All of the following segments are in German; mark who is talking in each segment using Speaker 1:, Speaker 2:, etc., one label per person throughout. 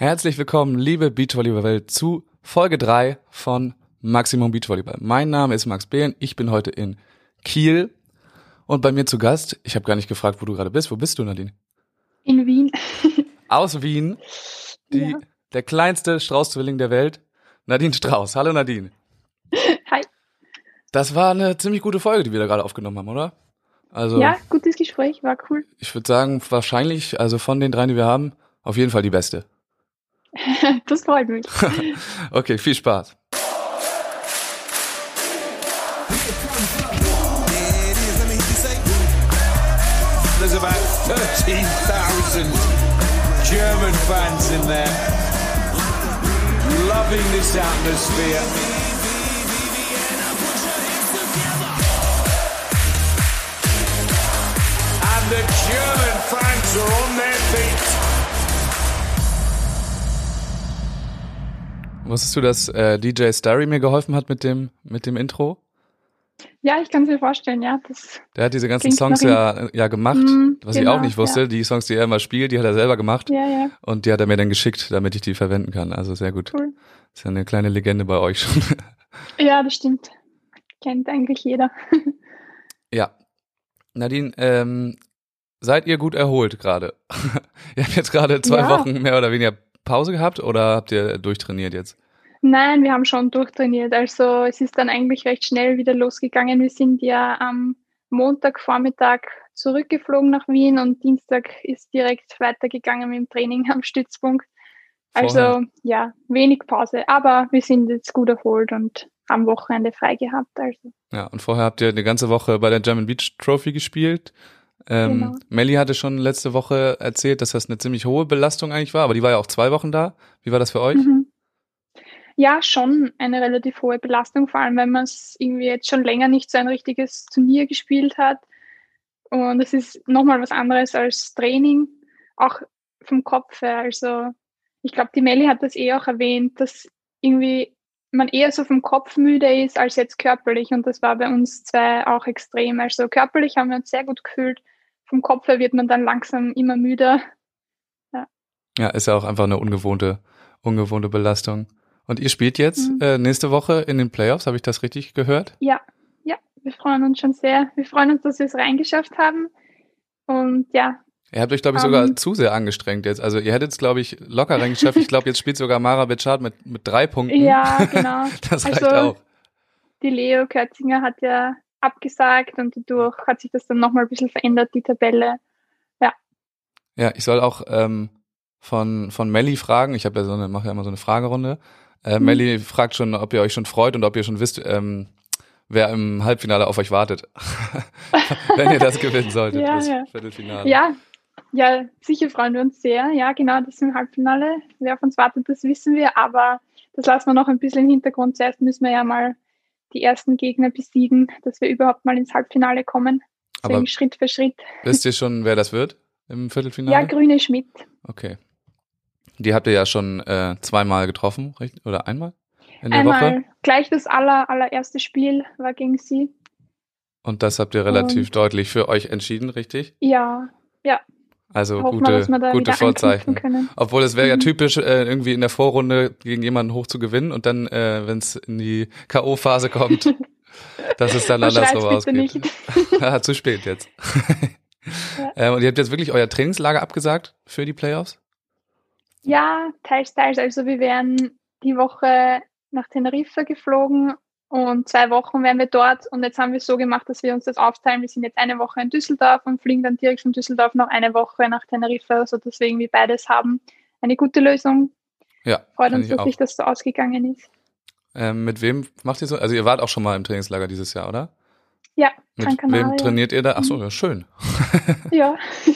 Speaker 1: Herzlich willkommen, liebe Beachvolleyball-Welt, zu Folge 3 von Maximum Beachvolleyball. Mein Name ist Max Behlen, ich bin heute in Kiel und bei mir zu Gast, ich habe gar nicht gefragt, wo du gerade bist. Wo bist du, Nadine?
Speaker 2: In Wien.
Speaker 1: Aus Wien,
Speaker 2: Ja.
Speaker 1: der kleinste Strauß-Zwilling der Welt, Nadine Strauß. Hallo Nadine.
Speaker 2: Hi.
Speaker 1: Das war eine ziemlich gute Folge, die wir da gerade aufgenommen haben, oder? Also,
Speaker 2: Ja, gutes Gespräch, war cool.
Speaker 1: ich würde sagen, wahrscheinlich, also von den 3, die wir haben, auf jeden Fall die beste.
Speaker 2: Das freut mich.
Speaker 1: Okay, viel Spaß.
Speaker 3: There's about 13,000 German fans in there, loving this atmosphere. And the German fans are on their feet.
Speaker 1: Wusstest du, dass DJ Starry mir geholfen hat mit dem Intro?
Speaker 2: Ja, ich kann es mir vorstellen, ja.
Speaker 1: Der hat diese ganzen
Speaker 2: Klingt
Speaker 1: Songs ja gemacht, was ich
Speaker 2: genau,
Speaker 1: auch nicht wusste.
Speaker 2: ja.
Speaker 1: Die Songs, die er immer spielt, die hat er selber gemacht.
Speaker 2: Ja.
Speaker 1: Und die hat er mir dann geschickt, damit ich die verwenden kann. Also sehr gut.
Speaker 2: Cool.
Speaker 1: Ist ja eine kleine Legende bei euch schon.
Speaker 2: Ja, das stimmt. Kennt eigentlich jeder.
Speaker 1: Ja. Nadine, seid ihr gut erholt gerade? Ihr habt jetzt gerade 2
Speaker 2: Ja.
Speaker 1: Wochen mehr oder weniger Pause gehabt oder habt ihr durchtrainiert jetzt?
Speaker 2: Nein, wir haben schon durchtrainiert. Also es ist dann eigentlich recht schnell wieder losgegangen. Wir sind ja am Montagvormittag zurückgeflogen nach Wien und Dienstag ist direkt weitergegangen mit dem Training am Stützpunkt. Also
Speaker 1: Vorher.
Speaker 2: ja, wenig Pause. Aber wir sind jetzt gut erholt und am Wochenende frei gehabt. Also
Speaker 1: Ja, und vorher habt ihr eine ganze Woche bei der German Beach Trophy gespielt.
Speaker 2: Genau.
Speaker 1: Melli hatte schon letzte Woche erzählt, dass das eine ziemlich hohe Belastung eigentlich war, aber die war ja auch 2 Wochen da. Wie war das für euch?
Speaker 2: Ja, schon eine relativ hohe Belastung, vor allem wenn man es irgendwie jetzt schon länger nicht so ein richtiges Turnier gespielt hat. Und es ist nochmal was anderes als Training, auch vom Kopf her. Also ich glaube, die Melli hat das auch erwähnt, dass irgendwie man eher so vom Kopf müde ist als jetzt körperlich. Und das war bei uns 2 auch extrem. Also körperlich haben wir uns sehr gut gefühlt. Vom Kopf her wird man dann langsam immer müder.
Speaker 1: Ja, ist ja auch einfach eine ungewohnte Belastung. Und ihr spielt jetzt nächste Woche in den Playoffs, habe ich das richtig gehört?
Speaker 2: Ja, wir freuen uns schon sehr. Wir freuen uns, dass wir es reingeschafft haben. Und ja.
Speaker 1: Ihr habt euch, glaube ich, sogar zu sehr angestrengt jetzt. Also ihr hättet es, glaube ich, locker reingeschafft. Ich glaube, jetzt spielt sogar Mara Betschart mit 3 Punkten.
Speaker 2: Ja, genau.
Speaker 1: Das reicht auch.
Speaker 2: Die Leo Kürzinger hat ja abgesagt und dadurch hat sich das dann nochmal ein bisschen verändert, die Tabelle.
Speaker 1: Ja, ich soll auch von Melli fragen. Ich habe ja mache ja immer so eine Fragerunde. Melli fragt schon, ob ihr euch schon freut und ob ihr schon wisst, wer im Halbfinale auf euch wartet. Wenn ihr das gewinnen solltet, das Viertelfinale.
Speaker 2: Ja, sicher freuen wir uns sehr. Ja, genau, das ist im Halbfinale. Wer auf uns wartet, das wissen wir, aber das lassen wir noch ein bisschen im Hintergrund. Zuerst müssen wir ja mal die ersten Gegner besiegen, dass wir überhaupt mal ins Halbfinale kommen. Deswegen
Speaker 1: Aber
Speaker 2: Schritt für Schritt.
Speaker 1: Wisst ihr schon, wer das wird im Viertelfinale?
Speaker 2: Ja, Grüne Schmidt.
Speaker 1: Okay. Die habt ihr ja schon 2-mal getroffen, richtig? Oder einmal in der Woche?
Speaker 2: Einmal gleich das allererste Spiel war gegen sie.
Speaker 1: Und das habt ihr relativ deutlich für euch entschieden, richtig?
Speaker 2: Ja.
Speaker 1: Also
Speaker 2: Hoffen wir, dass wir da
Speaker 1: gute
Speaker 2: wieder
Speaker 1: Vorzeichen.
Speaker 2: anknüpfen können.
Speaker 1: Obwohl es wäre ja typisch, irgendwie in der Vorrunde gegen jemanden hoch zu gewinnen und dann, wenn es in die K.O.-Phase kommt, dass es dann andersrum ausgeht.
Speaker 2: Nicht.
Speaker 1: Zu spät jetzt.
Speaker 2: Ja.
Speaker 1: Und ihr habt jetzt wirklich euer Trainingslager abgesagt für die Playoffs?
Speaker 2: Ja, teils. Also wir wären die Woche nach Teneriffa geflogen und 2 Wochen wären wir dort. Und jetzt haben wir es so gemacht, dass wir uns das aufteilen. Wir sind jetzt eine Woche in Düsseldorf und fliegen dann direkt von Düsseldorf noch eine Woche nach Teneriffa, sodass wir irgendwie beides haben. Eine gute Lösung.
Speaker 1: Ja,
Speaker 2: freut uns, dass sich das so ausgegangen ist.
Speaker 1: Mit wem macht ihr so? Also ihr wart auch schon mal im Trainingslager dieses Jahr, oder?
Speaker 2: Ja,
Speaker 1: mit
Speaker 2: Gran Canaria.
Speaker 1: Wem trainiert ihr da? Ach so, ja, schön.
Speaker 2: Ja.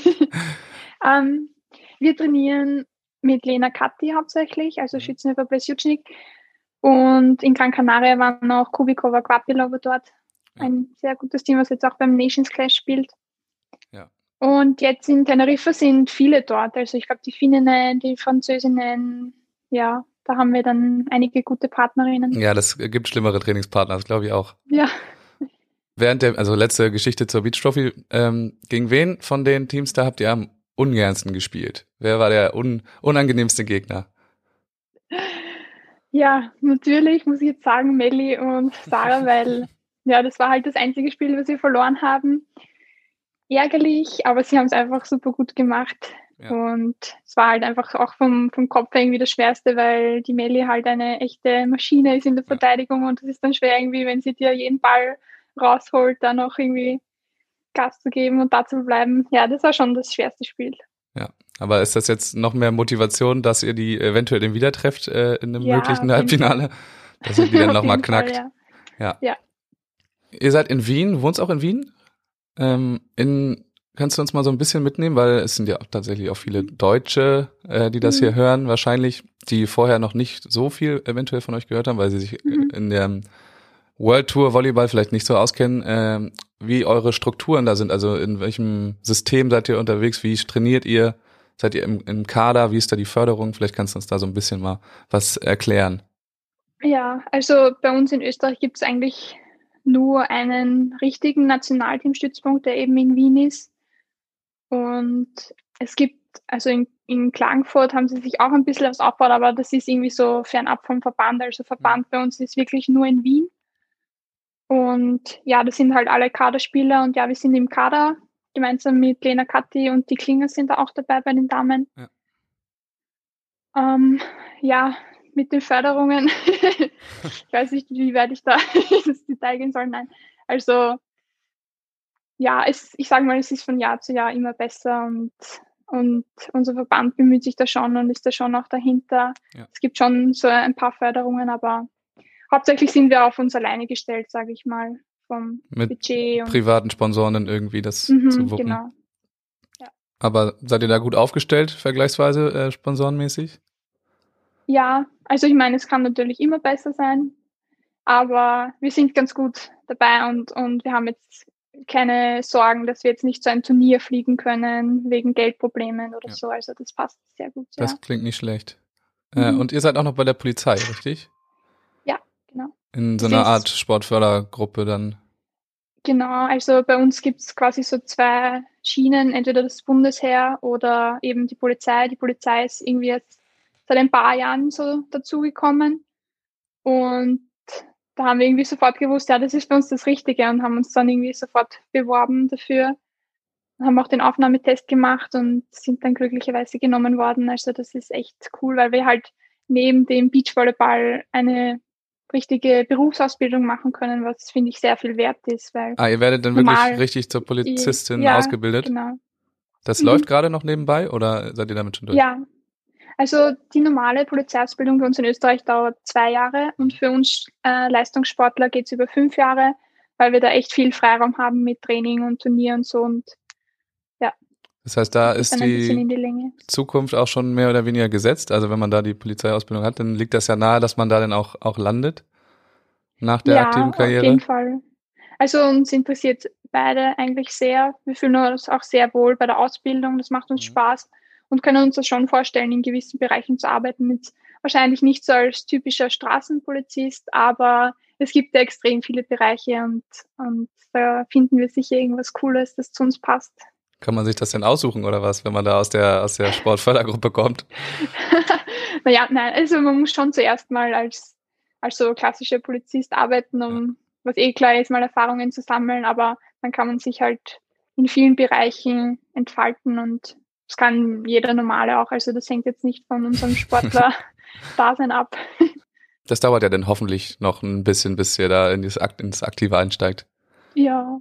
Speaker 2: Wir trainieren mit Lena Katti hauptsächlich, also Schützenhöfer Plesjucznik. Und in Gran Canaria waren noch Kubikova Kvapilova dort. Ein sehr gutes Team, was jetzt auch beim Nations Clash spielt.
Speaker 1: Ja.
Speaker 2: Und jetzt in Teneriffa sind viele dort. Also ich glaube, die Finninnen, die Französinnen, ja, da haben wir dann einige gute Partnerinnen.
Speaker 1: Ja, das gibt schlimmere Trainingspartner, das glaube ich auch.
Speaker 2: Ja.
Speaker 1: Also letzte Geschichte zur Beach Trophy, gegen wen von den Teams da habt ihr am ungernsten gespielt? Wer war der unangenehmste Gegner?
Speaker 2: Ja, natürlich muss ich jetzt sagen, Melli und Sarah, weil ja, das war halt das einzige Spiel, was wir verloren haben. Ärgerlich, aber sie haben es einfach super gut gemacht.
Speaker 1: Ja.
Speaker 2: Und es war halt einfach auch vom Kopf her irgendwie das Schwerste, weil die Melli halt eine echte Maschine ist in der Verteidigung und es ist dann schwer irgendwie, wenn sie dir jeden Ball rausholt, dann auch irgendwie Gas zu geben und da zu bleiben. Ja, das war schon das schwerste Spiel.
Speaker 1: Ja, aber ist das jetzt noch mehr Motivation, dass ihr die eventuell den wieder trefft in einem
Speaker 2: Ja,
Speaker 1: möglichen
Speaker 2: auf jeden
Speaker 1: Halbfinale? Dass ihr die dann
Speaker 2: Auf
Speaker 1: nochmal
Speaker 2: jeden Fall,
Speaker 1: knackt.
Speaker 2: ja.
Speaker 1: Ja. Ihr seid in Wien, wohnst auch in Wien? Kannst du uns mal so ein bisschen mitnehmen, weil es sind ja auch tatsächlich auch viele Deutsche, die das hier hören, wahrscheinlich, die vorher noch nicht so viel eventuell von euch gehört haben, weil sie sich in der World Tour Volleyball vielleicht nicht so auskennen, wie eure Strukturen da sind, also in welchem System seid ihr unterwegs, wie trainiert ihr, seid ihr im Kader, wie ist da die Förderung, vielleicht kannst du uns da so ein bisschen mal was erklären.
Speaker 2: Ja, also bei uns in Österreich gibt es eigentlich nur einen richtigen Nationalteamstützpunkt, der eben in Wien ist. Und es gibt, also in Klagenfurt haben sie sich auch ein bisschen was aufgebaut, aber das ist irgendwie so fernab vom Verband. Also Verband bei uns ist wirklich nur in Wien. Und ja, das sind halt alle Kaderspieler und ja, wir sind im Kader gemeinsam mit Lena Katti und die Klinger sind da auch dabei bei den Damen. Ja, mit den Förderungen, ich weiß nicht, wie weit ich da ins Detail gehen soll. Nein, also ja, ich sage mal, es ist von Jahr zu Jahr immer besser und unser Verband bemüht sich da schon und ist da schon auch dahinter. Ja. Es gibt schon so ein paar Förderungen, aber hauptsächlich sind wir auf uns alleine gestellt, sage ich mal, vom
Speaker 1: mit
Speaker 2: Budget.
Speaker 1: Und privaten Sponsoren dann irgendwie das zu wuppen.
Speaker 2: Genau. Ja.
Speaker 1: Aber seid ihr da gut aufgestellt, vergleichsweise sponsorenmäßig?
Speaker 2: Ja, also ich meine, es kann natürlich immer besser sein, aber wir sind ganz gut dabei und wir haben jetzt keine Sorgen, dass wir jetzt nicht zu einem Turnier fliegen können wegen Geldproblemen oder so. Also das passt sehr gut.
Speaker 1: Das klingt nicht schlecht. Und ihr seid auch noch bei der Polizei, richtig?
Speaker 2: Ja, genau.
Speaker 1: In so einer Art Sportfördergruppe dann?
Speaker 2: Genau, also bei uns gibt es quasi so 2 Schienen, entweder das Bundesheer oder eben die Polizei. Die Polizei ist irgendwie jetzt seit ein paar Jahren so dazugekommen und da haben wir irgendwie sofort gewusst, ja, das ist für uns das Richtige und haben uns dann irgendwie sofort beworben dafür. Haben auch den Aufnahmetest gemacht und sind dann glücklicherweise genommen worden. Also das ist echt cool, weil wir halt neben dem Beachvolleyball eine richtige Berufsausbildung machen können, was, finde ich, sehr viel wert ist. Weil
Speaker 1: ihr werdet dann wirklich richtig zur Polizistin ausgebildet?
Speaker 2: Genau.
Speaker 1: Das läuft gerade noch nebenbei oder seid ihr damit schon durch?
Speaker 2: Ja, also die normale Polizeiausbildung für uns in Österreich dauert 2 Jahre und für uns Leistungssportler geht es über 5 Jahre, weil wir da echt viel Freiraum haben mit Training und Turnier und so und ja.
Speaker 1: Das heißt, da ist die Zukunft auch schon mehr oder weniger gesetzt. Also wenn man da die Polizeiausbildung hat, dann liegt das ja nahe, dass man da dann auch landet nach der aktiven Karriere.
Speaker 2: Ja, auf jeden Fall. Also uns interessiert beide eigentlich sehr. Wir fühlen uns auch sehr wohl bei der Ausbildung. Das macht uns Spaß und können uns das schon vorstellen, in gewissen Bereichen zu arbeiten. Mit wahrscheinlich nicht so als typischer Straßenpolizist, aber es gibt ja extrem viele Bereiche und da finden wir sicher irgendwas Cooles, das zu uns passt.
Speaker 1: Kann man sich das denn aussuchen oder was, wenn man da aus der Sportfördergruppe kommt?
Speaker 2: Naja, nein, also man muss schon zuerst mal als so klassischer Polizist arbeiten, was klar ist, mal Erfahrungen zu sammeln, aber dann kann man sich halt in vielen Bereichen entfalten und das kann jeder Normale auch, also das hängt jetzt nicht von unserem Sportler-Dasein ab.
Speaker 1: Das dauert ja dann hoffentlich noch ein bisschen, bis ihr da ins Aktive einsteigt.
Speaker 2: Ja.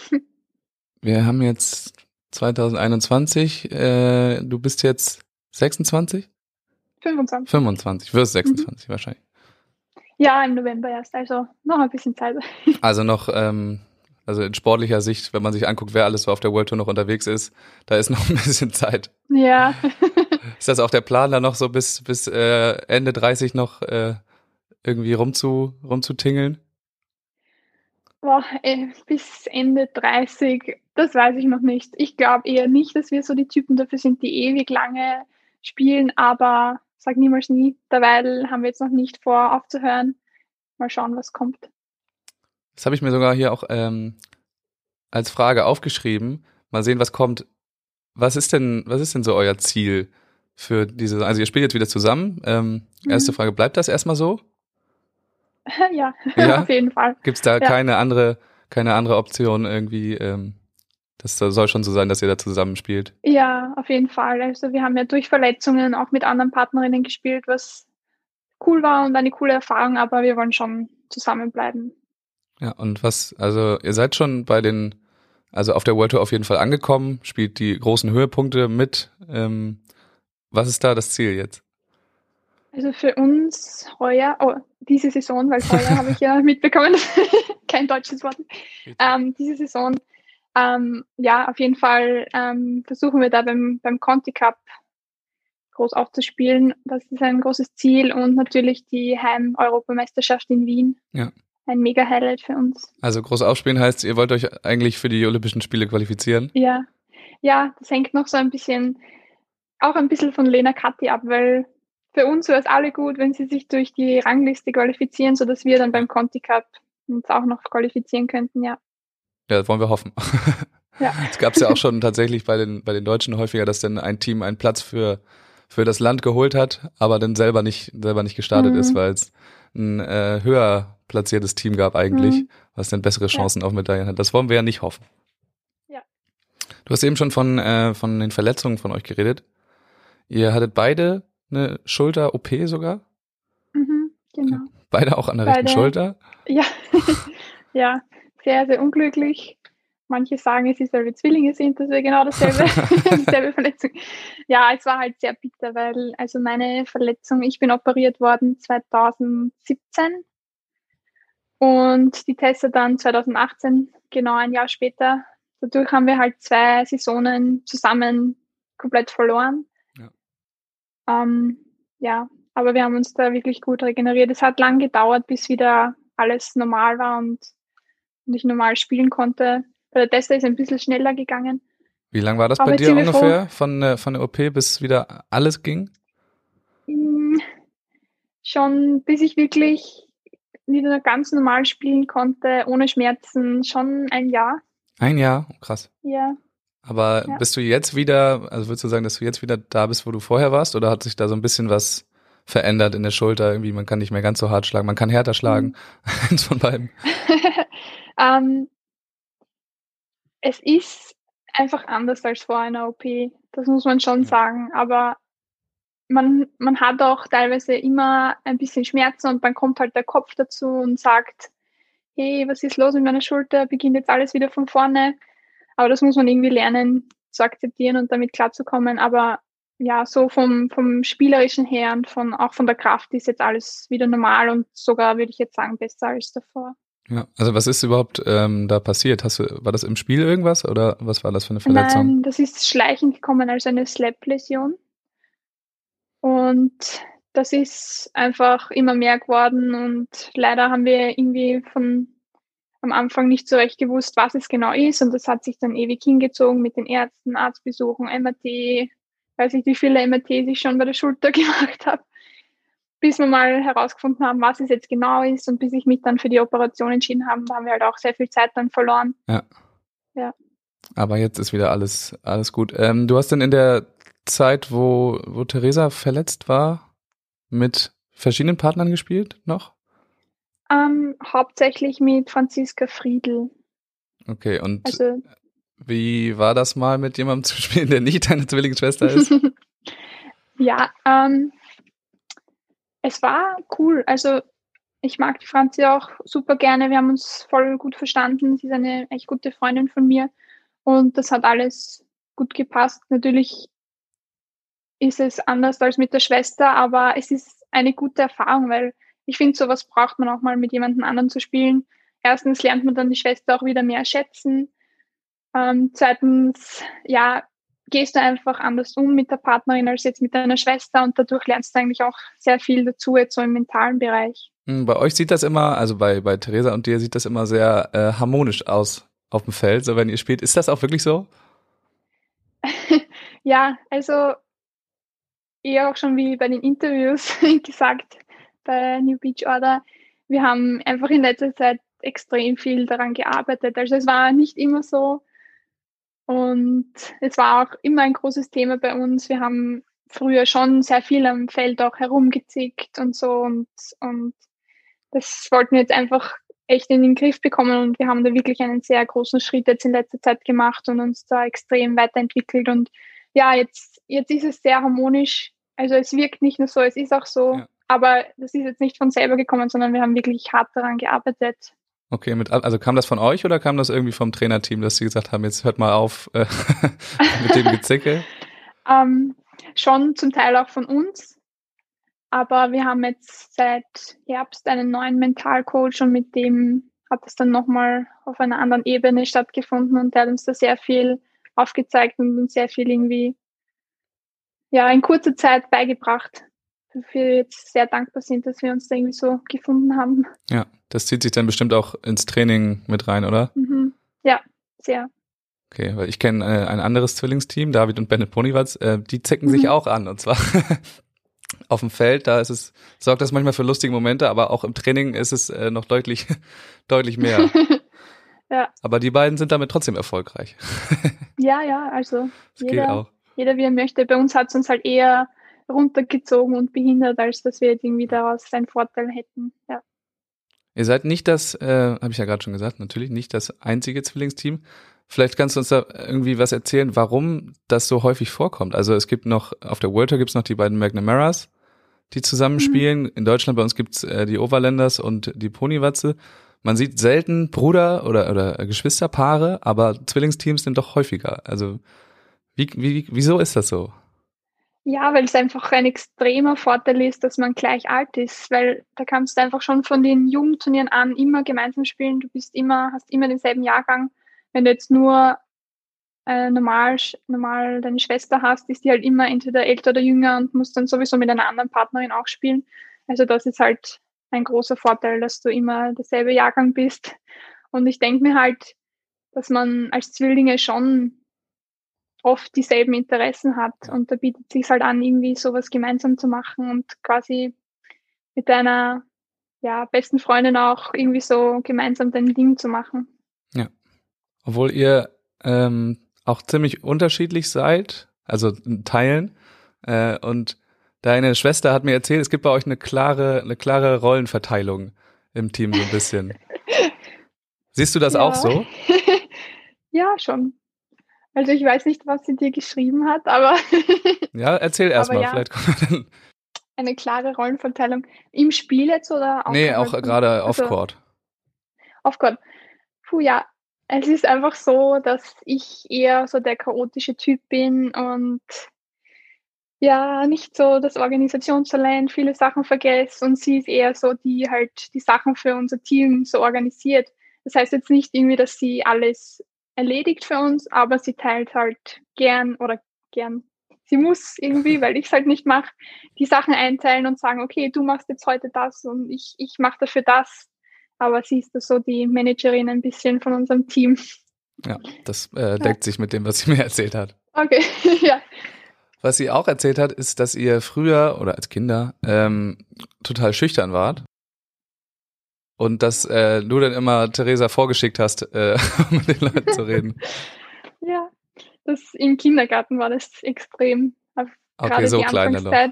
Speaker 1: Wir haben jetzt 2021, du bist jetzt 26?
Speaker 2: 25.
Speaker 1: 25, wirst 26 wahrscheinlich.
Speaker 2: Ja, im November erst, also noch ein bisschen Zeit.
Speaker 1: Also noch, also in sportlicher Sicht, wenn man sich anguckt, wer alles so auf der World Tour noch unterwegs ist, da ist noch ein bisschen Zeit.
Speaker 2: Ja.
Speaker 1: Ist das auch der Plan, da noch so bis Ende 30 noch irgendwie rumzutingeln?
Speaker 2: Boah, bis Ende 30, das weiß ich noch nicht. Ich glaube eher nicht, dass wir so die Typen dafür sind, die ewig lange spielen, aber sag niemals nie. Derweil haben wir jetzt noch nicht vor, aufzuhören. Mal schauen, was kommt.
Speaker 1: Das habe ich mir sogar hier auch als Frage aufgeschrieben. Mal sehen, was kommt. Was ist denn so euer Ziel für diese? Also ihr spielt jetzt wieder zusammen. Erste Frage, bleibt das erstmal so?
Speaker 2: Ja,
Speaker 1: Ja?
Speaker 2: auf jeden Fall.
Speaker 1: Gibt's da
Speaker 2: Ja.
Speaker 1: keine andere Option irgendwie? Das soll schon so sein, dass ihr da zusammen spielt.
Speaker 2: Ja, auf jeden Fall. Also wir haben ja durch Verletzungen auch mit anderen Partnerinnen gespielt, was cool war und eine coole Erfahrung, aber wir wollen schon zusammenbleiben.
Speaker 1: Ja, und also ihr seid schon also auf der World Tour auf jeden Fall angekommen, spielt die großen Höhepunkte mit. Was ist da das Ziel jetzt?
Speaker 2: Also für uns diese Saison, weil heuer habe ich ja mitbekommen, kein deutsches Wort. Diese Saison, ja, auf jeden Fall versuchen wir da beim Conti Cup groß aufzuspielen. Das ist ein großes Ziel und natürlich die Heim-Europameisterschaft in Wien.
Speaker 1: Ja.
Speaker 2: Ein Mega-Highlight für uns.
Speaker 1: Also groß aufspielen heißt, ihr wollt euch eigentlich für die Olympischen Spiele qualifizieren?
Speaker 2: Ja, das hängt noch so ein bisschen von Lena Catti ab, weil für uns wäre es alle gut, wenn sie sich durch die Rangliste qualifizieren, sodass wir dann beim Conti Cup uns auch noch qualifizieren könnten, ja.
Speaker 1: Ja, das wollen wir hoffen.
Speaker 2: Ja.
Speaker 1: Es gab es ja auch schon tatsächlich bei den Deutschen häufiger, dass dann ein Team einen Platz für das Land geholt hat, aber dann selber nicht gestartet ist, weil es ein höher platziertes Team gab eigentlich, was dann bessere Chancen auf Medaillen hat. Das wollen wir ja nicht hoffen.
Speaker 2: Ja.
Speaker 1: Du hast eben schon von den Verletzungen von euch geredet. Ihr hattet beide eine Schulter-OP sogar?
Speaker 2: Genau.
Speaker 1: Beide auch an der rechten Schulter?
Speaker 2: Ja. Ja, sehr, sehr unglücklich. Manche sagen, es ist, weil wir Zwillinge sind, dass wir genau dieselbe Verletzung. Ja, es war halt sehr bitter, weil also meine Verletzung, ich bin operiert worden 2017 und die Tessa dann 2018, genau ein Jahr später. Dadurch haben wir halt 2 Saisonen zusammen komplett verloren. Ja, aber wir haben uns da wirklich gut regeneriert. Es hat lang gedauert, bis wieder alles normal war und ich normal spielen konnte. Bei der Tessa ist ein bisschen schneller gegangen.
Speaker 1: Wie lange war das bei dir ungefähr, von der OP bis wieder alles ging?
Speaker 2: Schon, bis ich wirklich wieder ganz normal spielen konnte, ohne Schmerzen, schon ein Jahr.
Speaker 1: Ein Jahr? Krass.
Speaker 2: Ja.
Speaker 1: Aber bist du jetzt wieder, also würdest du sagen, dass du jetzt wieder da bist, wo du vorher warst, oder hat sich da so ein bisschen was verändert in der Schulter? Irgendwie, man kann nicht mehr ganz so hart schlagen, man kann härter schlagen. Eins von beiden.
Speaker 2: Es ist einfach anders als vor einer OP. Das muss man schon sagen. Aber man hat auch teilweise immer ein bisschen Schmerzen und dann kommt halt der Kopf dazu und sagt, hey, was ist los mit meiner Schulter? Beginnt jetzt alles wieder von vorne. Aber das muss man irgendwie lernen zu akzeptieren und damit klarzukommen. Aber ja, so vom Spielerischen her und auch von der Kraft ist jetzt alles wieder normal und sogar, würde ich jetzt sagen, besser als davor.
Speaker 1: Ja, also was ist überhaupt da passiert? War das im Spiel irgendwas oder was war das für eine Verletzung?
Speaker 2: Nein, das ist schleichend gekommen als eine Slap-Läsion. Und das ist einfach immer mehr geworden und leider haben wir irgendwie am Anfang nicht so recht gewusst, was es genau ist, und das hat sich dann ewig hingezogen mit den Ärzten, Arztbesuchen, MRT, weiß nicht, wie viele MRTs ich schon bei der Schulter gemacht habe, bis wir mal herausgefunden haben, was es jetzt genau ist, und bis ich mich dann für die Operation entschieden habe, haben wir halt auch sehr viel Zeit dann verloren. Ja.
Speaker 1: Aber jetzt ist wieder alles gut. Du hast dann in der Zeit, wo Theresa verletzt war, mit verschiedenen Partnern gespielt noch?
Speaker 2: Hauptsächlich mit Franziska Friedl.
Speaker 1: Okay, und wie war das mal, mit jemandem zu spielen, der nicht deine Zwillingsschwester ist?
Speaker 2: Ja, es war cool. Also ich mag die Franzi auch super gerne. Wir haben uns voll gut verstanden. Sie ist eine echt gute Freundin von mir und das hat alles gut gepasst. Natürlich ist es anders als mit der Schwester, aber es ist eine gute Erfahrung, weil ich finde, sowas braucht man auch mal, mit jemandem anderen zu spielen. Erstens lernt man dann die Schwester auch wieder mehr schätzen. Zweitens, ja, gehst du einfach anders um mit der Partnerin als jetzt mit deiner Schwester, und dadurch lernst du eigentlich auch sehr viel dazu, jetzt so im mentalen Bereich.
Speaker 1: Bei euch sieht das immer, also bei Theresa und dir sieht das immer sehr harmonisch aus auf dem Feld, so wenn ihr spielt. Ist das auch wirklich so?
Speaker 2: Ja, also eher auch schon wie bei den Interviews gesagt, bei New Beach Order, wir haben einfach in letzter Zeit extrem viel daran gearbeitet. Also es war nicht immer so und es war auch immer ein großes Thema bei uns. Wir haben früher schon sehr viel am Feld auch herumgezickt und so, und das wollten wir jetzt einfach echt in den Griff bekommen und wir haben da wirklich einen sehr großen Schritt jetzt in letzter Zeit gemacht und uns da extrem weiterentwickelt und ja, jetzt ist es sehr harmonisch. Also es wirkt nicht nur so, es ist auch so, ja. Aber das ist jetzt nicht von selber gekommen, sondern wir haben wirklich hart daran gearbeitet.
Speaker 1: Okay, also kam das von euch oder kam das irgendwie vom Trainerteam, dass sie gesagt haben, jetzt hört mal auf mit dem Gezicke?
Speaker 2: Schon zum Teil auch von uns, aber wir haben jetzt seit Herbst einen neuen Mentalcoach und mit dem hat es dann nochmal auf einer anderen Ebene stattgefunden und der hat uns da sehr viel aufgezeigt und uns sehr viel irgendwie in kurzer Zeit beigebracht, wofür wir jetzt sehr dankbar sind, dass wir uns da irgendwie so gefunden haben.
Speaker 1: Ja, das zieht sich dann bestimmt auch ins Training mit rein, oder?
Speaker 2: Mhm. Ja, sehr.
Speaker 1: Okay, weil ich kenne ein anderes Zwillingsteam, David und Bennett Ponywatz, die zicken sich auch an und zwar auf dem Feld, sorgt das manchmal für lustige Momente, aber auch im Training ist es noch deutlich mehr.
Speaker 2: Ja.
Speaker 1: Aber die beiden sind damit trotzdem erfolgreich.
Speaker 2: Ja, also jeder wie er möchte. Bei uns hat es uns halt eher runtergezogen und behindert, als dass wir jetzt irgendwie daraus einen Vorteil hätten. Ja.
Speaker 1: Ihr seid nicht das, habe ich ja gerade schon gesagt, natürlich nicht das einzige Zwillingsteam. Vielleicht kannst du uns da irgendwie was erzählen, warum das so häufig vorkommt. Also es gibt noch, auf der World Tour gibt es noch die beiden McNamaras, die zusammenspielen. In Deutschland bei uns gibt's die Overlanders und die Ponywatze. Man sieht selten Bruder- oder Geschwisterpaare, aber Zwillingsteams sind doch häufiger. Also wieso ist das so?
Speaker 2: Ja, weil es einfach ein extremer Vorteil ist, dass man gleich alt ist, weil da kannst du einfach schon von den Jugendturnieren an immer gemeinsam spielen. Du hast immer denselben Jahrgang. Wenn du jetzt nur normal deine Schwester hast, ist die halt immer entweder älter oder jünger und musst dann sowieso mit einer anderen Partnerin auch spielen. Also das ist halt ein großer Vorteil, dass du immer derselbe Jahrgang bist. Und ich denke mir halt, dass man als Zwillinge schon oft dieselben Interessen hat und da bietet es sich halt an, irgendwie sowas gemeinsam zu machen und quasi mit deiner besten Freundin auch irgendwie so gemeinsam dein Ding zu machen.
Speaker 1: Ja, obwohl ihr auch ziemlich unterschiedlich seid, also in Teilen und deine Schwester hat mir erzählt, es gibt bei euch eine klare Rollenverteilung im Team so ein bisschen. Siehst du das auch so?
Speaker 2: Ja, schon. Also ich weiß nicht, was sie dir geschrieben hat, aber
Speaker 1: ja, erzähl erst mal, vielleicht kommen wir dann.
Speaker 2: Eine klare Rollenverteilung im Spiel jetzt oder auch?
Speaker 1: Nee, auch gerade off-court.
Speaker 2: Off-court. Puh, ja. Es ist einfach so, dass ich eher so der chaotische Typ bin und nicht so das Organisationstalent, viele Sachen vergesse und sie ist eher so, die halt die Sachen für unser Team so organisiert. Das heißt jetzt nicht irgendwie, dass sie alles erledigt für uns, aber sie teilt halt gern. Sie muss irgendwie, weil ich es halt nicht mache, die Sachen einteilen und sagen, okay, du machst jetzt heute das und ich mache dafür das. Aber sie ist da so die Managerin ein bisschen von unserem Team.
Speaker 1: Ja, das deckt sich mit dem, was sie mir erzählt hat.
Speaker 2: Okay, ja.
Speaker 1: Was sie auch erzählt hat, ist, dass ihr früher oder als Kinder total schüchtern wart. Und dass du dann immer Theresa vorgeschickt hast, um mit den Leuten zu reden.
Speaker 2: Ja, im Kindergarten war das extrem.
Speaker 1: Okay, so klein dann noch.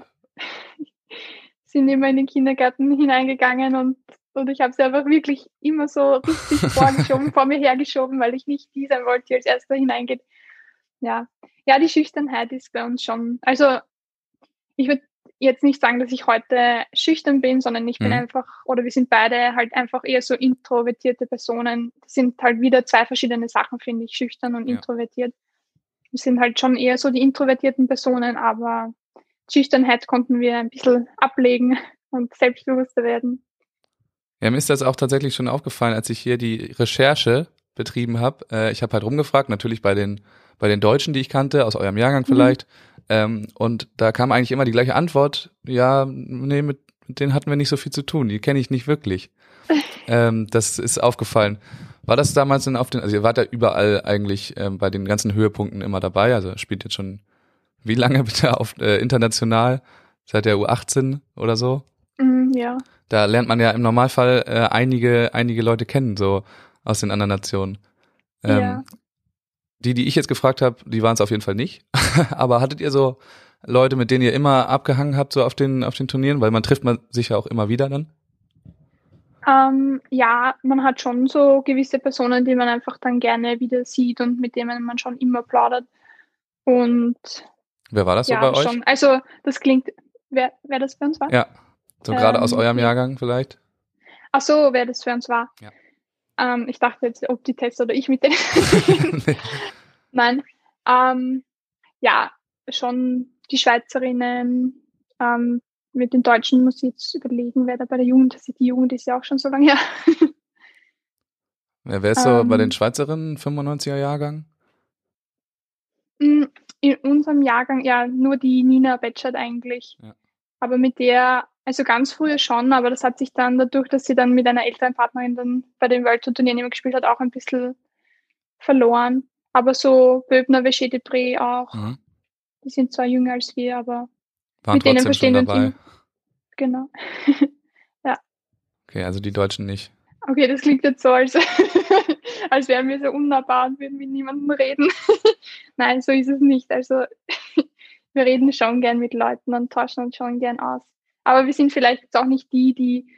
Speaker 2: Sind immer in den Kindergarten hineingegangen und ich habe sie einfach wirklich immer so richtig vor mir hergeschoben, weil ich nicht die sein wollte, die als erster hineingeht. Ja, die Schüchternheit ist bei uns schon, also ich würde jetzt nicht sagen, dass ich heute schüchtern bin, sondern ich bin einfach, oder wir sind beide halt einfach eher so introvertierte Personen. Das sind halt wieder zwei verschiedene Sachen, finde ich, schüchtern und introvertiert. Wir sind halt schon eher so die introvertierten Personen, aber Schüchternheit konnten wir ein bisschen ablegen und selbstbewusster werden.
Speaker 1: Ja, mir ist das auch tatsächlich schon aufgefallen, als ich hier die Recherche betrieben habe. Ich habe halt rumgefragt, natürlich bei den Deutschen, die ich kannte, aus eurem Jahrgang vielleicht. Und da kam eigentlich immer die gleiche Antwort. Ja, nee, mit denen hatten wir nicht so viel zu tun. Die kenne ich nicht wirklich. Das ist aufgefallen. War das damals denn also ihr wart ja überall eigentlich bei den ganzen Höhepunkten immer dabei. Also spielt jetzt schon wie lange bitte auf international? Seit der U18 oder so?
Speaker 2: Ja.
Speaker 1: Da lernt man ja im Normalfall einige Leute kennen, so aus den anderen Nationen. Die ich jetzt gefragt habe, die waren es auf jeden Fall nicht. Aber hattet ihr so Leute, mit denen ihr immer abgehangen habt, so auf den Turnieren? Weil man trifft sich ja auch immer wieder dann.
Speaker 2: Ja, man hat schon so gewisse Personen, die man einfach dann gerne wieder sieht und mit denen man schon immer plaudert. Und
Speaker 1: Wer war das so
Speaker 2: ja,
Speaker 1: bei
Speaker 2: das
Speaker 1: euch?
Speaker 2: schon. Also das klingt, wer das bei uns war?
Speaker 1: Ja, so gerade aus eurem
Speaker 2: Ja.
Speaker 1: Jahrgang vielleicht?
Speaker 2: Ach so, wer das für uns war.
Speaker 1: Ja.
Speaker 2: Ich dachte jetzt, ob die Tessa oder ich mit denen.
Speaker 1: Nee.
Speaker 2: Nein. Ja, schon die Schweizerinnen. Mit den Deutschen muss ich jetzt überlegen, wer da bei der Jugend ist. Die Jugend ist ja auch schon so lange her.
Speaker 1: Ja, wer ist so bei den Schweizerinnen 95er Jahrgang?
Speaker 2: In unserem Jahrgang, ja, nur die Nina Betschert eigentlich.
Speaker 1: Ja.
Speaker 2: Aber mit der, also ganz früher schon, aber das hat sich dann dadurch, dass sie dann mit einer älteren Partnerin dann bei den World Tour Turnieren immer gespielt hat, auch ein bisschen verloren. Aber so Böbner, Veché de Pré auch, die sind zwar jünger als wir, aber
Speaker 1: waren
Speaker 2: mit denen
Speaker 1: trotzdem schon
Speaker 2: verstehen wir uns
Speaker 1: dabei.
Speaker 2: Genau. Ja.
Speaker 1: Okay, also die Deutschen nicht.
Speaker 2: Okay, das klingt jetzt so, als wären wir so unnahbar und würden mit niemandem reden. Nein, so ist es nicht. Also wir reden schon gern mit Leuten und tauschen uns schon gern aus. Aber wir sind vielleicht jetzt auch nicht die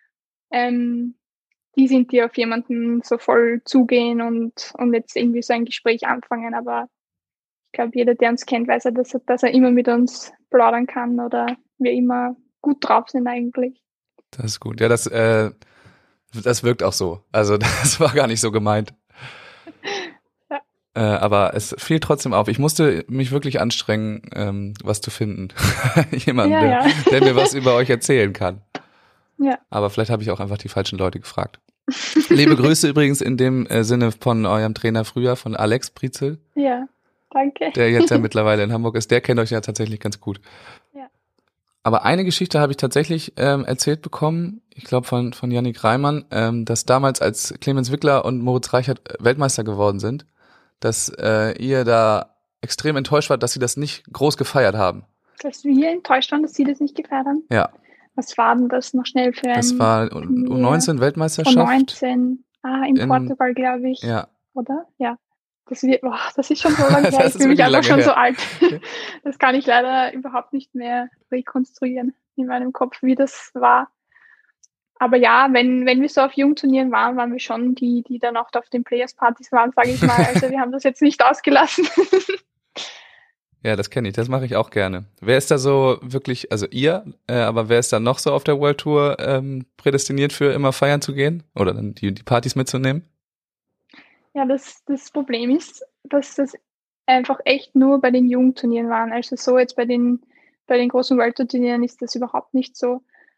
Speaker 2: sind, die auf jemanden so voll zugehen und jetzt irgendwie so ein Gespräch anfangen. Aber ich glaube, jeder, der uns kennt, weiß ja, dass er immer mit uns plaudern kann oder wir immer gut drauf sind eigentlich.
Speaker 1: Das ist gut. Ja, das wirkt auch so. Also das war gar nicht so gemeint.
Speaker 2: Ja.
Speaker 1: Aber es fiel trotzdem auf. Ich musste mich wirklich anstrengen, was zu finden. Jemanden, der mir was über euch erzählen kann.
Speaker 2: Ja.
Speaker 1: Aber vielleicht habe ich auch einfach die falschen Leute gefragt. Liebe Grüße übrigens in dem Sinne von eurem Trainer früher, von Alex Prizel.
Speaker 2: Ja, danke.
Speaker 1: Der jetzt ja mittlerweile in Hamburg ist. Der kennt euch ja tatsächlich ganz gut.
Speaker 2: Ja.
Speaker 1: Aber eine Geschichte habe ich tatsächlich erzählt bekommen, ich glaube von Yannick Reimann, dass damals, als Clemens Wickler und Moritz Reichert Weltmeister geworden sind, dass ihr da extrem enttäuscht wart, dass sie das nicht groß gefeiert haben.
Speaker 2: Dass wir enttäuscht waren, dass sie das nicht gefeiert haben?
Speaker 1: Ja.
Speaker 2: Was war denn das noch schnell für ein
Speaker 1: Das war U19 Weltmeisterschaft.
Speaker 2: U19, in Portugal, glaube ich.
Speaker 1: Ja.
Speaker 2: Oder? Ja. Das ist schon so lange her. Ich fühle mich einfach schon so alt. Das kann ich leider überhaupt nicht mehr rekonstruieren in meinem Kopf, wie das war. Aber ja, wenn wir so auf Jugendturnieren waren wir schon die dann auch auf den Players-Partys waren, sage ich mal. Also wir haben das jetzt nicht ausgelassen.
Speaker 1: Ja, das kenne ich, das mache ich auch gerne. Wer ist da so wirklich, also ihr, aber wer ist da noch so auf der World Tour prädestiniert für immer feiern zu gehen oder dann die Partys mitzunehmen?
Speaker 2: Ja, das Problem ist, dass das einfach echt nur bei den Jugendturnieren waren. Also so jetzt bei den großen World Tour Turnieren ist das überhaupt nicht so.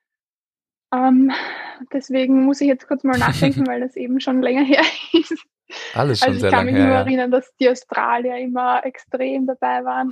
Speaker 2: Deswegen muss ich jetzt kurz mal nachdenken, weil das eben schon länger her ist.
Speaker 1: Alles schon sehr lange her.
Speaker 2: Ich kann mich nur erinnern, dass die Australier immer extrem dabei waren.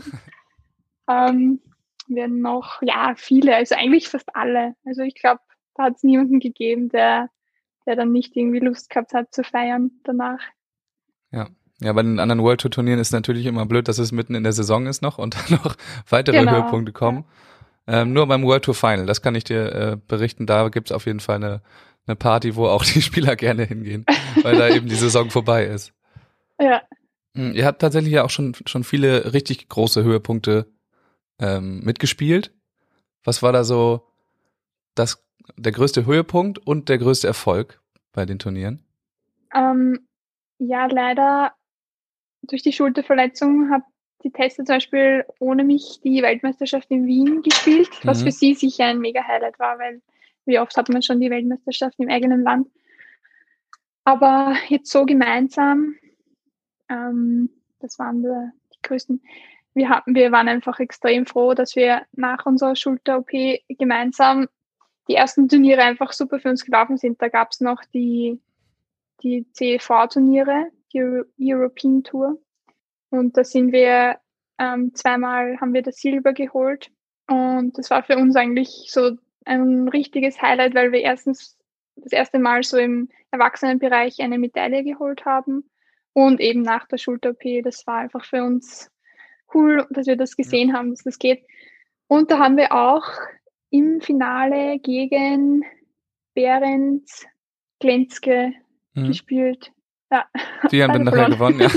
Speaker 2: Wir noch, ja, viele, also eigentlich fast alle. Also ich glaube, da hat es niemanden gegeben, der dann nicht irgendwie Lust gehabt hat zu feiern danach.
Speaker 1: Ja, bei den anderen World Tour Turnieren ist natürlich immer blöd, dass es mitten in der Saison ist noch und dann noch weitere Höhepunkte kommen. Ja. Nur beim World Tour Final, das kann ich dir berichten, da gibt's auf jeden Fall eine Party, wo auch die Spieler gerne hingehen, weil da eben die Saison vorbei ist.
Speaker 2: Ja.
Speaker 1: Ihr habt tatsächlich ja auch schon viele richtig große Höhepunkte mitgespielt. Was war da so der größte Höhepunkt und der größte Erfolg bei den Turnieren?
Speaker 2: Ja, leider durch die Schulterverletzung hat die Tessa zum Beispiel ohne mich die Weltmeisterschaft in Wien gespielt, was für sie sicher ein mega Highlight war, weil wie oft hat man schon die Weltmeisterschaft im eigenen Land. Aber jetzt so gemeinsam, das waren die größten. Wir waren einfach extrem froh, dass wir nach unserer Schulter-OP gemeinsam die ersten Turniere einfach super für uns gelaufen sind. Da gab es noch die CEV-Turniere, die European Tour. Und da sind wir zweimal haben wir das Silber geholt. Und das war für uns eigentlich so ein richtiges Highlight, weil wir erstens das erste Mal so im Erwachsenenbereich eine Medaille geholt haben. Und eben nach der Schulter-OP, das war einfach für uns cool, dass wir das gesehen haben, dass das geht. Und da haben wir auch im Finale gegen Behrens Glenzke gespielt. Ja.
Speaker 1: Die haben dann nachher gewonnen, ja.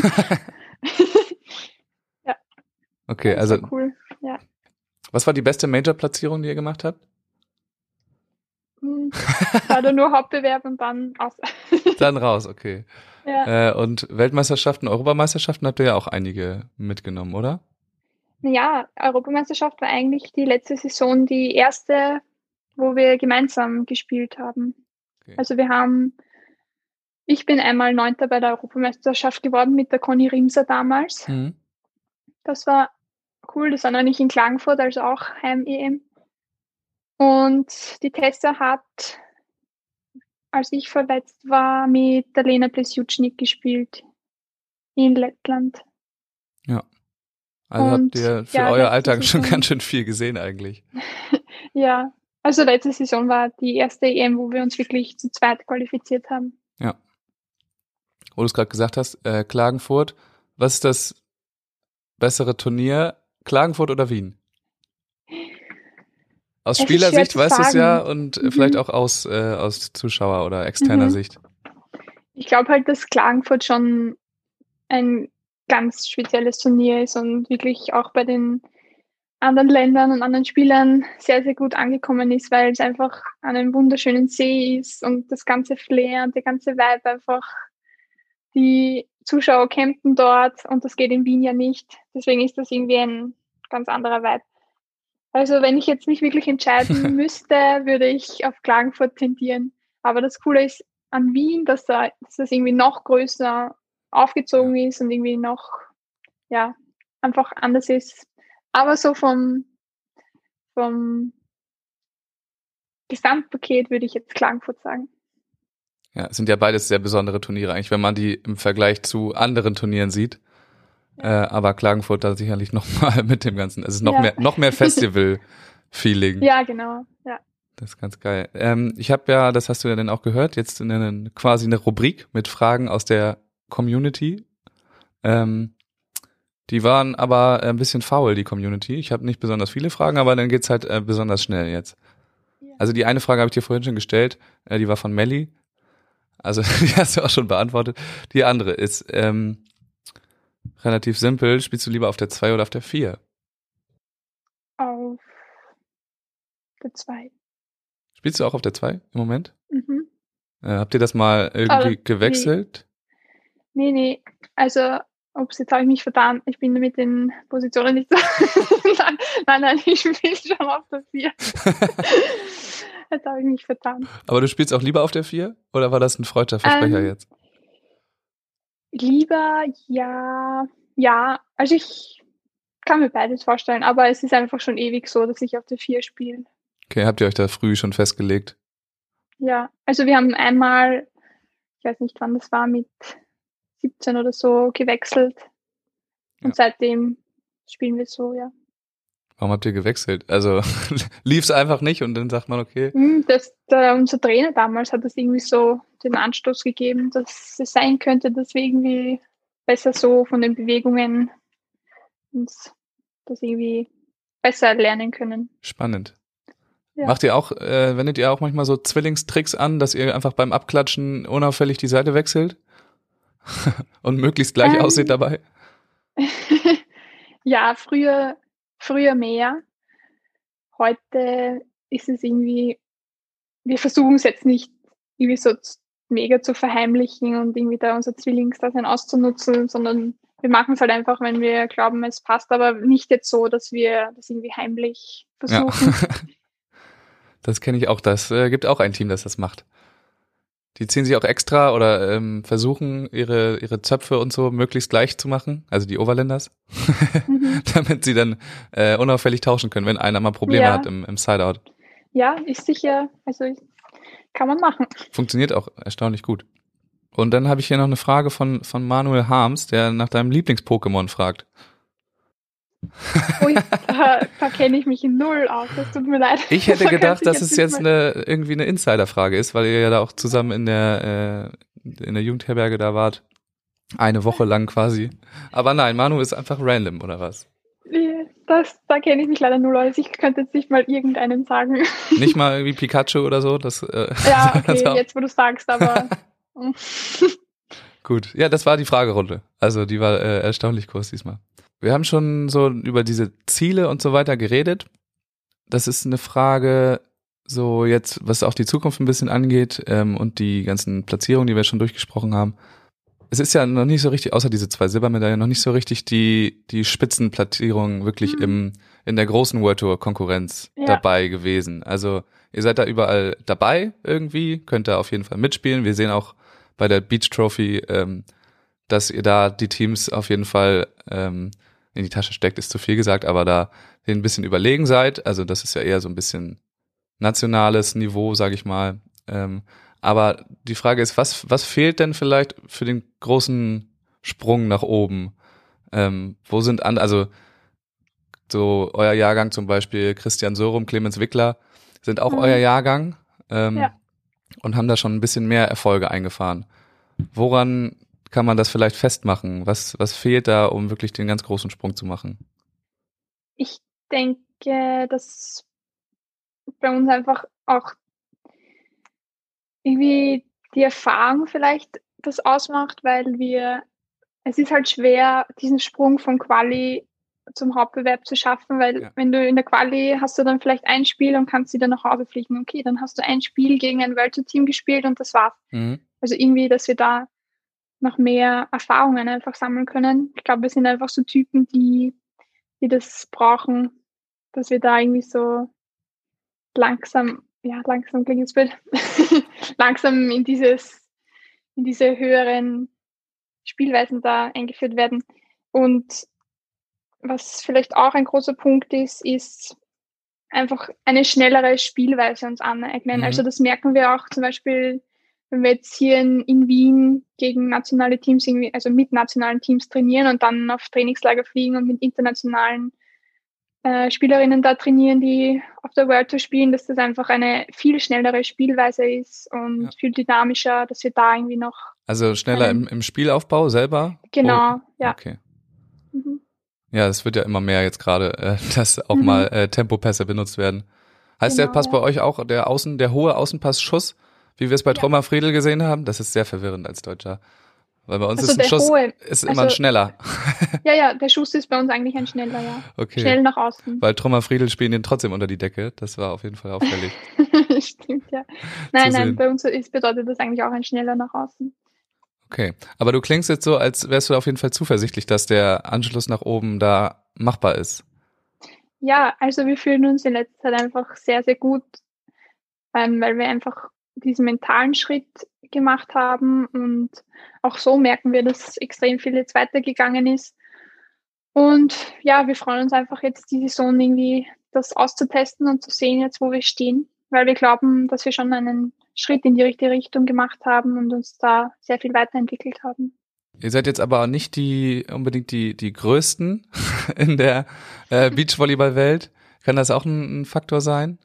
Speaker 2: Ja.
Speaker 1: Okay,
Speaker 2: das
Speaker 1: also
Speaker 2: war cool. Ja.
Speaker 1: Was war die beste Major-Platzierung, die ihr gemacht habt?
Speaker 2: Leider nur Hauptbewerb und dann aus.
Speaker 1: Dann raus, okay.
Speaker 2: Ja.
Speaker 1: Und Weltmeisterschaften, Europameisterschaften habt ihr ja auch einige mitgenommen, oder?
Speaker 2: Naja, Europameisterschaft war eigentlich die letzte Saison die erste, wo wir gemeinsam gespielt haben.
Speaker 1: Okay.
Speaker 2: Also ich bin einmal Neunter bei der Europameisterschaft geworden mit der Conny Rimser damals.
Speaker 1: Mhm.
Speaker 2: Das war cool, das war noch nicht in Klagenfurt, also auch Heim-EM. Und die Tessa hat, als ich verletzt war, mit der Lena Plesjucznik gespielt in Lettland.
Speaker 1: Ja. Also
Speaker 2: Und,
Speaker 1: habt ihr für
Speaker 2: ja,
Speaker 1: euer
Speaker 2: letzte
Speaker 1: Alltag schon
Speaker 2: Saison-
Speaker 1: ganz schön viel gesehen eigentlich.
Speaker 2: Ja, also letzte Saison war die erste EM, wo wir uns wirklich zu zweit qualifiziert haben.
Speaker 1: Ja. Wo du es gerade gesagt hast, Klagenfurt. Was ist das bessere Turnier? Klagenfurt oder Wien? Aus
Speaker 2: Es ist
Speaker 1: Spielersicht
Speaker 2: schwer zu
Speaker 1: weißt du es ja
Speaker 2: sagen.
Speaker 1: und
Speaker 2: Mhm.
Speaker 1: vielleicht auch aus Zuschauer- oder externer
Speaker 2: Mhm.
Speaker 1: Sicht.
Speaker 2: Ich glaube halt, dass Klagenfurt schon ein ganz spezielles Turnier ist und wirklich auch bei den anderen Ländern und anderen Spielern sehr, sehr gut angekommen ist, weil es einfach an einem wunderschönen See ist und das ganze Flair und der ganze Vibe einfach, die Zuschauer campen dort und das geht in Wien ja nicht. Deswegen ist das irgendwie ein ganz anderer Vibe. Also wenn ich jetzt mich wirklich entscheiden müsste, würde ich auf Klagenfurt tendieren. Aber das Coole ist an Wien, dass das irgendwie noch größer aufgezogen ist und irgendwie noch, ja, einfach anders ist. Aber so vom Gesamtpaket würde ich jetzt Klagenfurt sagen.
Speaker 1: Ja, es sind ja beides sehr besondere Turniere eigentlich, wenn man die im Vergleich zu anderen Turnieren sieht. Aber Klagenfurt da sicherlich nochmal mit dem Ganzen. Es ist noch mehr Festival-Feeling.
Speaker 2: Ja, genau. Ja.
Speaker 1: Das ist ganz geil. Ich habe ja, das hast du ja dann auch gehört, jetzt quasi eine Rubrik mit Fragen aus der Community. Die waren aber ein bisschen faul, die Community. Ich habe nicht besonders viele Fragen, aber dann geht's halt besonders schnell jetzt.
Speaker 2: Ja.
Speaker 1: Also die eine Frage habe ich dir vorhin schon gestellt, die war von Melli. Also die hast du auch schon beantwortet. Die andere ist relativ simpel. Spielst du lieber auf der 2 oder auf der 4?
Speaker 2: Auf der 2.
Speaker 1: Spielst du auch auf der 2 im Moment?
Speaker 2: Mhm.
Speaker 1: Habt ihr das mal irgendwie gewechselt?
Speaker 2: Nee. Also, jetzt habe ich mich vertan. Ich bin mit den Positionen nicht so. nein, ich spiele schon auf der 4. Jetzt habe ich mich vertan.
Speaker 1: Aber du spielst auch lieber auf der 4? Oder war das ein freudscher Versprecher jetzt?
Speaker 2: Lieber, ja. Ja, also ich kann mir beides vorstellen, aber es ist einfach schon ewig so, dass ich auf der 4 spiele.
Speaker 1: Okay, habt ihr euch da früh schon festgelegt?
Speaker 2: Ja, also wir haben einmal, ich weiß nicht wann das war, mit 17 oder so gewechselt. Und seitdem spielen wir so, ja.
Speaker 1: Warum habt ihr gewechselt? Also lief es einfach nicht und dann sagt man, okay.
Speaker 2: Unser Trainer damals hat das irgendwie so den Anstoß gegeben, dass es sein könnte, dass wir irgendwie besser so von den Bewegungen uns das irgendwie besser lernen können.
Speaker 1: Spannend.
Speaker 2: Ja.
Speaker 1: Wendet ihr auch manchmal so Zwillingstricks an, dass ihr einfach beim Abklatschen unauffällig die Seite wechselt? Und möglichst gleich aussieht dabei?
Speaker 2: Ja, früher mehr. Heute ist es irgendwie, wir versuchen es jetzt nicht irgendwie so mega zu verheimlichen und irgendwie da unser Zwillingsdasein auszunutzen, sondern wir machen es halt einfach, wenn wir glauben, es passt, aber nicht jetzt so, dass wir das irgendwie heimlich versuchen.
Speaker 1: Ja. Das kenne ich auch. Das gibt auch ein Team, das das macht. Die ziehen sich auch extra oder versuchen, ihre Zöpfe und so möglichst gleich zu machen, also die Overlanders, damit sie dann unauffällig tauschen können, wenn einer mal Probleme hat im Sideout.
Speaker 2: Ja, ist sicher, also kann man machen.
Speaker 1: Funktioniert auch erstaunlich gut. Und dann habe ich hier noch eine Frage von Manuel Harms, der nach deinem Lieblings-Pokémon fragt.
Speaker 2: Ui, da kenne ich mich null aus, das tut mir leid.
Speaker 1: Ich hätte gedacht, dass es jetzt irgendwie eine Insider-Frage ist, weil ihr ja da auch zusammen in der Jugendherberge da wart. Eine Woche lang quasi. Aber nein, Manu ist einfach random, oder was?
Speaker 2: Da kenne ich mich leider null aus. Ich könnte jetzt nicht mal irgendeinen sagen.
Speaker 1: Nicht mal irgendwie Pikachu oder so?
Speaker 2: Ja, okay, jetzt wo du sagst, aber...
Speaker 1: Gut, ja, das war die Fragerunde. Also die war erstaunlich kurz diesmal. Wir haben schon so über diese Ziele und so weiter geredet. Das ist eine Frage so jetzt, was auch die Zukunft ein bisschen angeht und die ganzen Platzierungen, die wir schon durchgesprochen haben, es ist ja noch nicht so richtig, außer diese 2 Silbermedaillen, noch nicht so richtig die Spitzenplatzierung wirklich in der großen World Tour Konkurrenz dabei gewesen. Also ihr seid da überall dabei irgendwie, könnt da auf jeden Fall mitspielen. Wir sehen auch bei der Beach Trophy, dass ihr da die Teams auf jeden Fall in die Tasche steckt, ist zu viel gesagt, aber da denen ein bisschen überlegen seid. Also das ist ja eher so ein bisschen nationales Niveau, sage ich mal. Aber die Frage ist, was fehlt denn vielleicht für den großen Sprung nach oben? Wo sind also so euer Jahrgang zum Beispiel, Christian Sorum, Clemens Wickler, sind auch euer Jahrgang und haben da schon ein bisschen mehr Erfolge eingefahren. Woran kann man das vielleicht festmachen? Was fehlt da, um wirklich den ganz großen Sprung zu machen?
Speaker 2: Ich denke, dass bei uns einfach auch irgendwie die Erfahrung vielleicht das ausmacht, weil es ist halt schwer, diesen Sprung vom Quali zum Hauptbewerb zu schaffen, weil wenn du in der Quali hast du dann vielleicht ein Spiel und kannst wieder nach Hause fliegen. Okay, dann hast du ein Spiel gegen ein World Tour Team gespielt und das war's. Also irgendwie, dass wir da noch mehr Erfahrungen einfach sammeln können. Ich glaube, wir sind einfach so Typen, die das brauchen, dass wir da irgendwie so langsam klingt jetzt blöd, langsam in diese höheren Spielweisen da eingeführt werden. Und was vielleicht auch ein großer Punkt ist einfach eine schnellere Spielweise uns aneignen. Also das merken wir auch zum Beispiel, wenn wir jetzt hier in Wien gegen nationale Teams also mit nationalen Teams trainieren und dann auf Trainingslager fliegen und mit internationalen Spielerinnen da trainieren, die auf der World Tour spielen, dass das einfach eine viel schnellere Spielweise ist und viel dynamischer, dass wir da irgendwie noch...
Speaker 1: Also schneller im Spielaufbau selber?
Speaker 2: Genau, ja.
Speaker 1: Okay. Ja, es wird ja immer mehr jetzt gerade, dass auch mal Tempopässe benutzt werden. Heißt der Pass bei euch auch der hohe Außenpass-Schuss, wie wir es bei Trommer Friedl gesehen haben? Das ist sehr verwirrend als Deutscher. Weil bei uns ist ein Schuss immer ein schneller.
Speaker 2: Ja, der Schuss ist bei uns eigentlich ein schneller, ja.
Speaker 1: Okay.
Speaker 2: Schnell nach außen.
Speaker 1: Weil Trommer Friedl spielen den trotzdem unter die Decke. Das war auf jeden Fall auffällig.
Speaker 2: Stimmt, ja. Nein, bei uns bedeutet das eigentlich auch ein schneller nach außen.
Speaker 1: Okay, aber du klingst jetzt so, als wärst du auf jeden Fall zuversichtlich, dass der Anschluss nach oben da machbar ist.
Speaker 2: Ja, also wir fühlen uns in letzter Zeit einfach sehr, sehr gut, weil wir einfach diesen mentalen Schritt gemacht haben und auch so merken wir, dass extrem viel jetzt weitergegangen ist. Und ja, wir freuen uns einfach jetzt die Saison irgendwie das auszutesten und zu sehen jetzt, wo wir stehen, weil wir glauben, dass wir schon einen Schritt in die richtige Richtung gemacht haben und uns da sehr viel weiterentwickelt haben.
Speaker 1: Ihr seid jetzt aber nicht unbedingt die Größten in der Beachvolleyball-Welt. Kann das auch ein Faktor sein?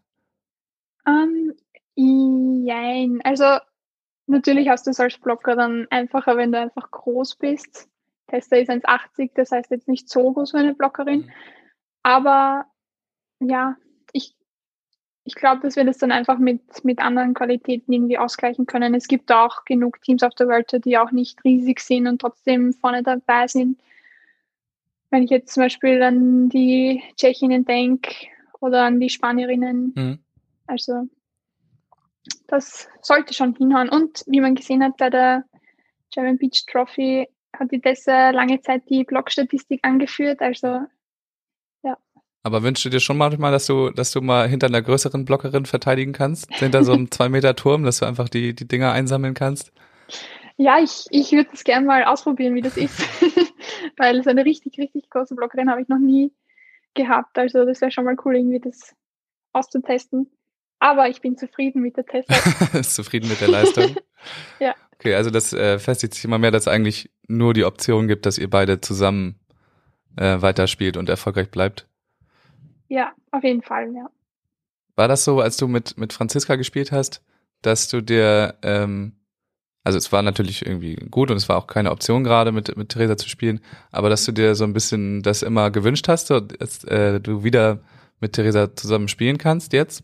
Speaker 2: Jein. Also natürlich hast du es als Blocker dann einfacher, wenn du einfach groß bist. Tester ist 1,80, das heißt jetzt nicht so groß für eine Blockerin. Aber ja, ich glaube, dass wir das dann einfach mit anderen Qualitäten irgendwie ausgleichen können. Es gibt auch genug Teams auf der World Tour, die auch nicht riesig sind und trotzdem vorne dabei sind. Wenn ich jetzt zum Beispiel an die Tschechinnen denke oder an die Spanierinnen. Also das sollte schon hinhauen. Und wie man gesehen hat bei der German Beach Trophy, hat die Tessa lange Zeit die Blockstatistik angeführt. Also ja.
Speaker 1: Aber wünschst du dir schon manchmal, dass du mal hinter einer größeren Blockerin verteidigen kannst? Hinter so einem 2-Meter-Turm, dass du einfach die Dinger einsammeln kannst?
Speaker 2: Ja, ich würde das gerne mal ausprobieren, wie das ist. Weil so eine richtig, richtig große Blockerin habe ich noch nie gehabt. Also das wäre schon mal cool, irgendwie das auszutesten. Aber ich bin zufrieden mit der Testzeit.
Speaker 1: Zufrieden mit der Leistung?
Speaker 2: Ja.
Speaker 1: Okay, also das festigt sich immer mehr, dass es eigentlich nur die Option gibt, dass ihr beide zusammen weiterspielt und erfolgreich bleibt.
Speaker 2: Ja, auf jeden Fall, ja.
Speaker 1: War das so, als du mit Franziska gespielt hast, dass du dir, also es war natürlich irgendwie gut und es war auch keine Option gerade mit Theresa zu spielen, aber dass du dir so ein bisschen das immer gewünscht hast, so, dass du wieder mit Theresa zusammen spielen kannst jetzt?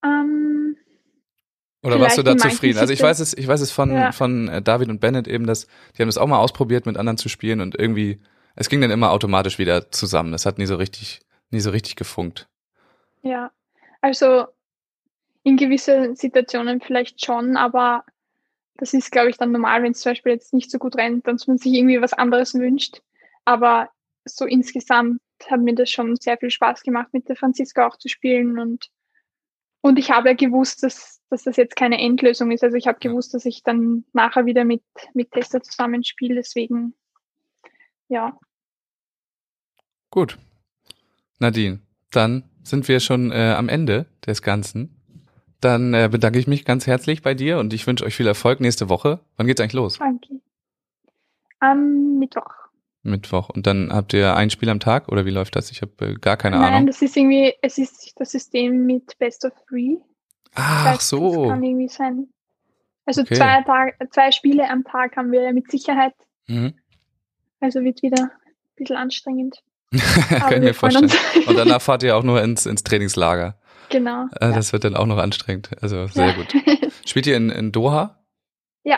Speaker 1: Oder warst du da zufrieden? Also ich weiß es von David und Bennett eben, dass die haben das auch mal ausprobiert, mit anderen zu spielen und irgendwie, es ging dann immer automatisch wieder zusammen. Es hat nie so richtig gefunkt.
Speaker 2: Ja, also in gewissen Situationen vielleicht schon, aber das ist, glaube ich, dann normal, wenn es zum Beispiel jetzt nicht so gut rennt, dass man sich irgendwie was anderes wünscht. Aber so insgesamt hat mir das schon sehr viel Spaß gemacht, mit der Franziska auch zu spielen. Und ich habe ja gewusst, dass das jetzt keine Endlösung ist. Also ich habe gewusst, dass ich dann nachher wieder mit Tessa zusammenspiele. Deswegen, ja.
Speaker 1: Gut. Nadine, dann sind wir schon am Ende des Ganzen. Dann bedanke ich mich ganz herzlich bei dir und ich wünsche euch viel Erfolg nächste Woche. Wann geht's eigentlich los?
Speaker 2: Danke. Am Mittwoch.
Speaker 1: Mittwoch. Und dann habt ihr ein Spiel am Tag oder wie läuft das? Ich habe gar keine Ahnung.
Speaker 2: Nein, das ist irgendwie, es ist das System mit Best of Three.
Speaker 1: Ach so.
Speaker 2: Das kann irgendwie sein. Also
Speaker 1: Okay.
Speaker 2: 2 Spiele am Tag haben wir mit Sicherheit.
Speaker 1: Mhm.
Speaker 2: Also wird wieder ein bisschen anstrengend.
Speaker 1: Kann ich mir vorstellen. Und danach fahrt ihr auch nur ins Trainingslager.
Speaker 2: Genau.
Speaker 1: Das wird dann auch noch anstrengend. Also sehr gut. Spielt ihr in Doha?
Speaker 2: Ja.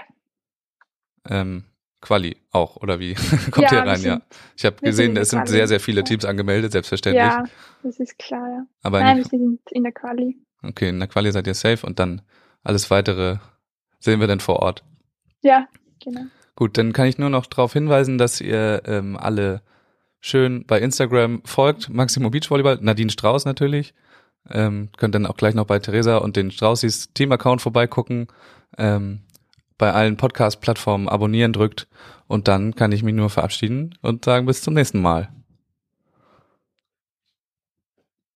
Speaker 1: Quali auch, oder wie? Kommt ihr rein, ja. Ich habe gesehen, es sind sehr, sehr viele Teams angemeldet, selbstverständlich.
Speaker 2: Ja, das ist klar, ja.
Speaker 1: Aber
Speaker 2: nein, wir sind in der Quali.
Speaker 1: Okay, in der Quali seid ihr safe und dann alles Weitere sehen wir dann vor Ort.
Speaker 2: Ja, genau.
Speaker 1: Gut, dann kann ich nur noch darauf hinweisen, dass ihr alle schön bei Instagram folgt, Maximo Beachvolleyball, Nadine Strauß natürlich. Könnt dann auch gleich noch bei Theresa und den Straußis Team-Account vorbeigucken. Bei allen Podcast-Plattformen abonnieren drückt und dann kann ich mich nur verabschieden und sagen bis zum nächsten Mal.